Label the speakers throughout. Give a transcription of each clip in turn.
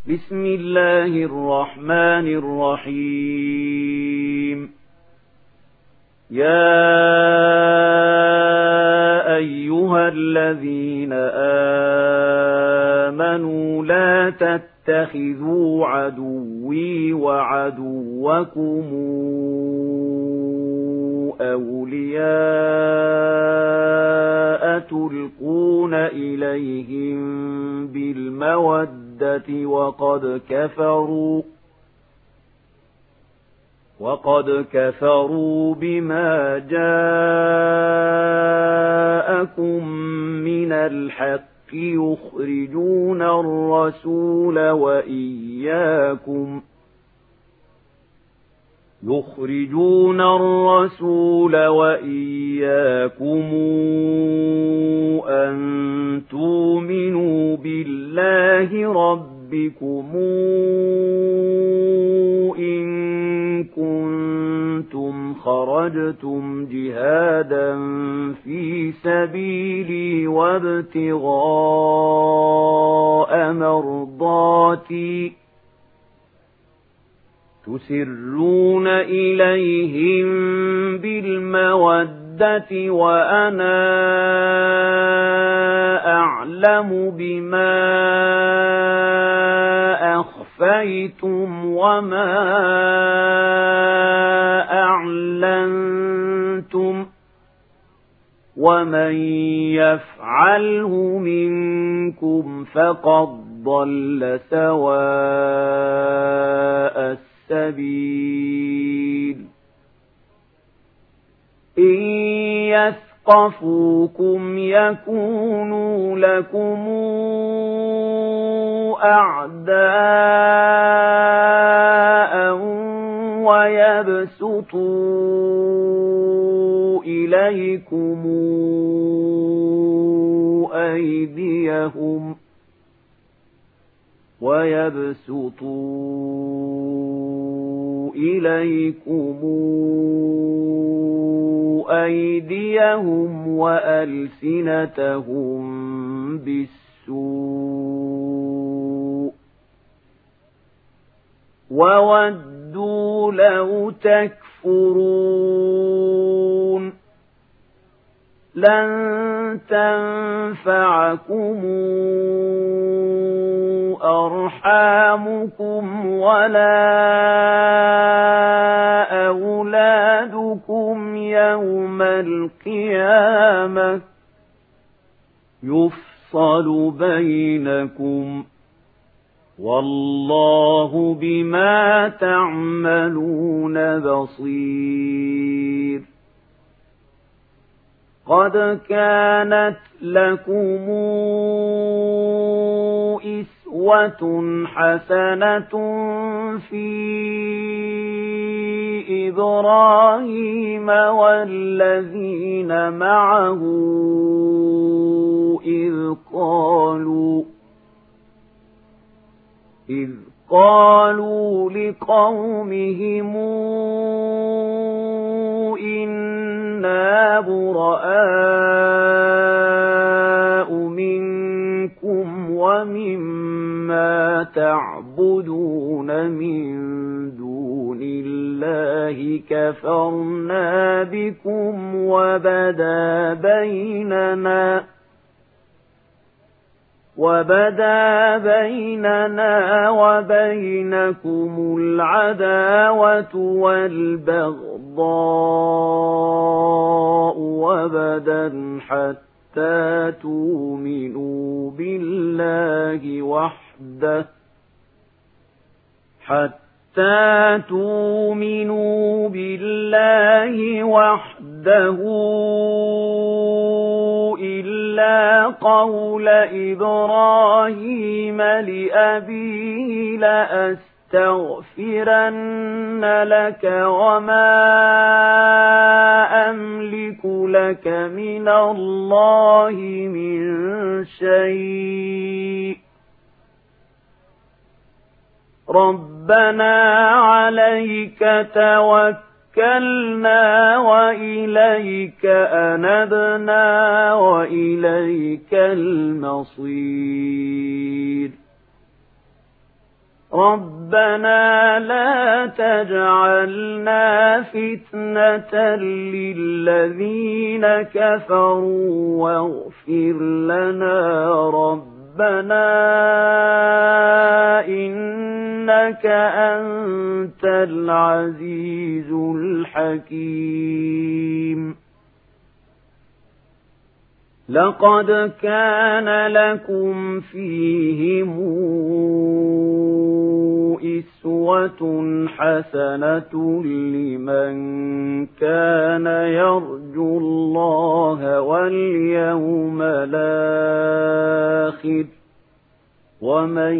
Speaker 1: بسم الله الرحمن الرحيم. يا أيها الذين آمنوا لا تتخذوا عدوي وعدوكم أولياء تلقون إليهم بالمودة وقد كفروا بما جاءكم من الحق يخرجون الرسول وإياكم أن تؤمنوا بالله ربكم إن كنتم خرجتم جهادا في سبيلي وابتغاء مرضاتي تسرون إليهم بالمودة وأنا أعلم بما أخفيتم وما أعلنتم ومن يفعله منكم فقد ضل سواء السبيل. إن يثقفوكم يكونوا لكم أعداء ويبسطوا إليكم أيديهم وألسنتهم بالسوء وودوا لو تكفرون. لن تنفعكم أرحامكم ولا أولادكم يوم القيامة يفصل بينكم والله بما تعملون بصير. قد كانت لكم أسوة حسنة في إبراهيم والذين معه إذ قالوا لقومهم إنا براء منكم ومما تعبدون من دون الله كفرنا بكم وبدا بيننا وبينكم العداوة والبغضاء وبدا حتى تؤمنوا بالله وحده إلا قول إبراهيم لأبيه لأستغفرن لك وما أملك لك من الله من شيء ربنا عليك توكلنا وإليك أنبنا وإليك المصير. ربنا لا تجعلنا فتنة للذين كفروا واغفر لنا ربنا إنك أنت العزيز الحكيم لقد كان لكم فيهم أسوة حسنة لمن كان يرجو الله واليوم الآخر ومن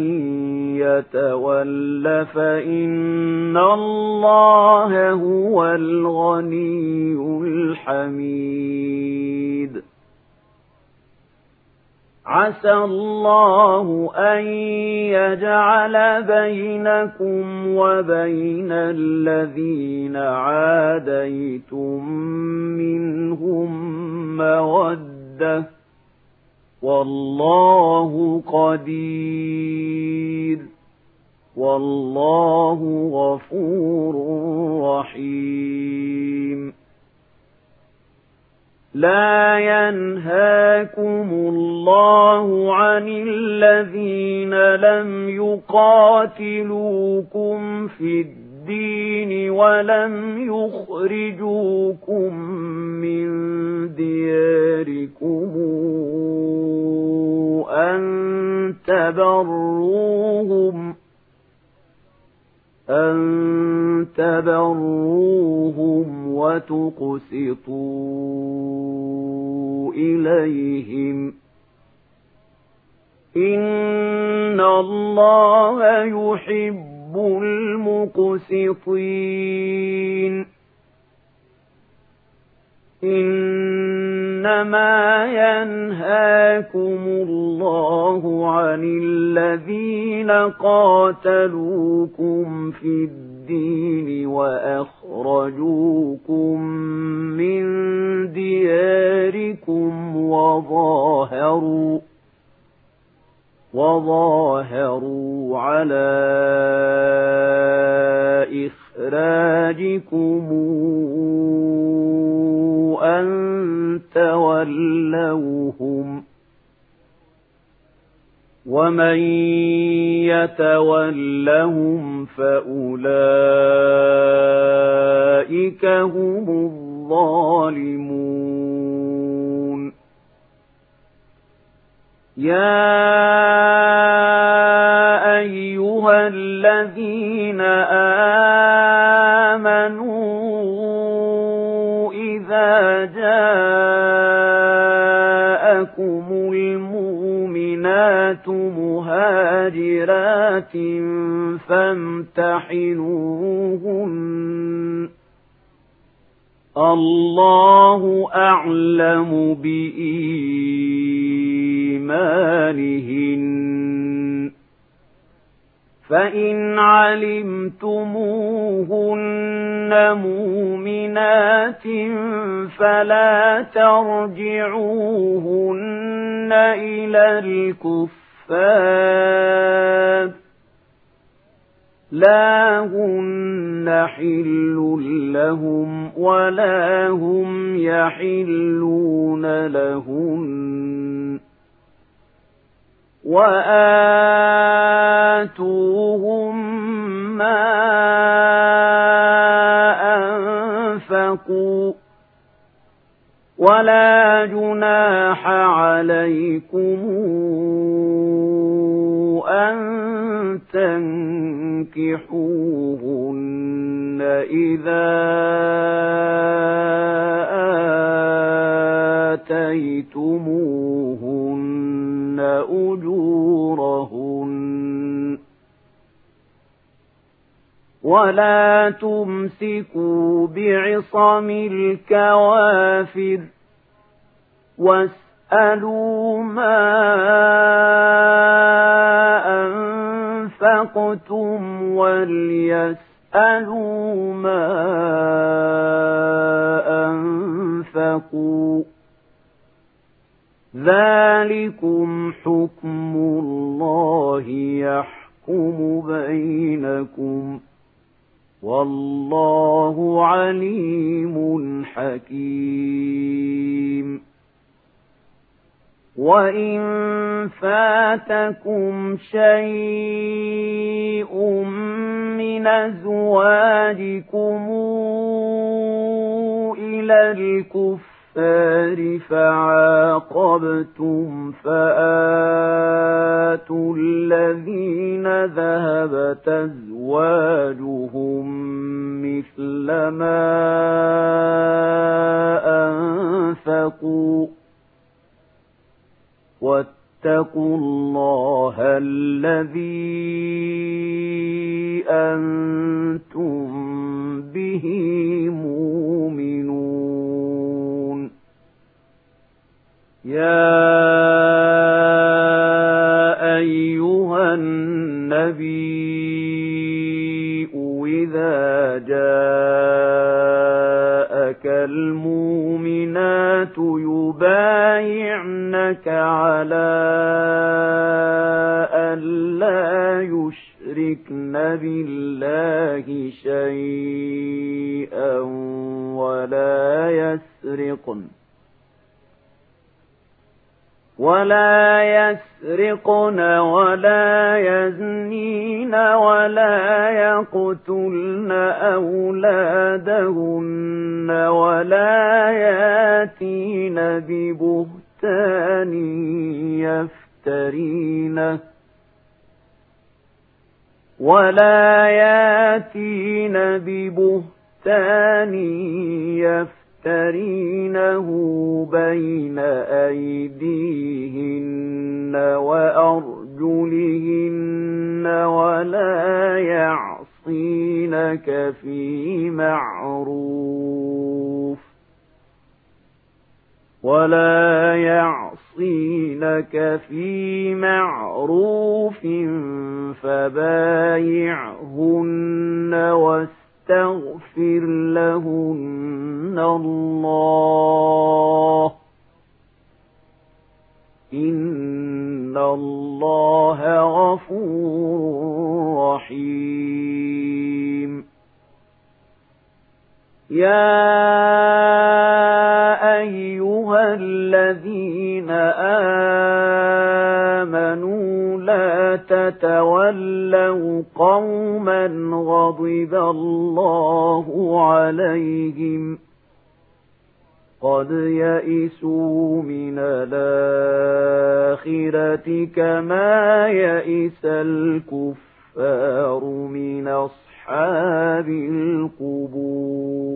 Speaker 1: يتول فإن الله هو الغني الحميد عسى الله أن يجعل بينكم وبين الذين عاديتم منهم مودة والله قدير والله غفور رحيم لا ينهاكم الله عن الذين لم يقاتلوكم في الدين ولم يخرجوكم من دياركم أن تبروهم وتقسطوا إليهم إن الله يحب المقسطين إنما ينهاكم الله عن الذين قاتلوكم في الدين وأخرجوكم من دياركم وظاهروا على إخراجكم أن تولوهم ومن يتولهم فأولئك هم الظالمون يا أيها الذين آمنوا إذا جاءكم المؤمنات مهاجرات فامتحنوهن الله أعلم بإيمانهن فإن علمتموهن مؤمنات فلا ترجعوهن إلى الكفار لا هن حل لهم ولا هم يحلون لهن وآتوهم ما أنفقوا ولا جناح عليكم أن تنكحوهن إذا آتيتموهن أجورهن ولا تمسكوا بعصم الكوافر واسألوا ما أنفقتم وليسألوا ما أنفقوا ذلكم حكم الله يحكم يحكم بينكم والله عليم حكيم وإن فاتكم شيء من أزواجكم إلى الكفار فعاقبتم فآتوا الذين ذهبت أزواجهم مثل ما أنفقوا واتقوا الله الذي أنتم به مؤمنون يا أيها النبي إذا جاءك المؤمنات يبايعنك على أن لا يشركن بالله شيئا ولا يسرقن ولا يزنين ولا يقتلن أولادهن ولا ياتين ببهتان يفترينه بين أيديهن وأرجلهن ولا يعصينك في معروف فبايعهن واستغفر لهن الله إن الله غفور رحيم يا أيها الذين آمنوا لا تتولوا قوما غضب الله عليهم قد يئسوا من الآخرة كما يئس الكفار من أصحاب القبور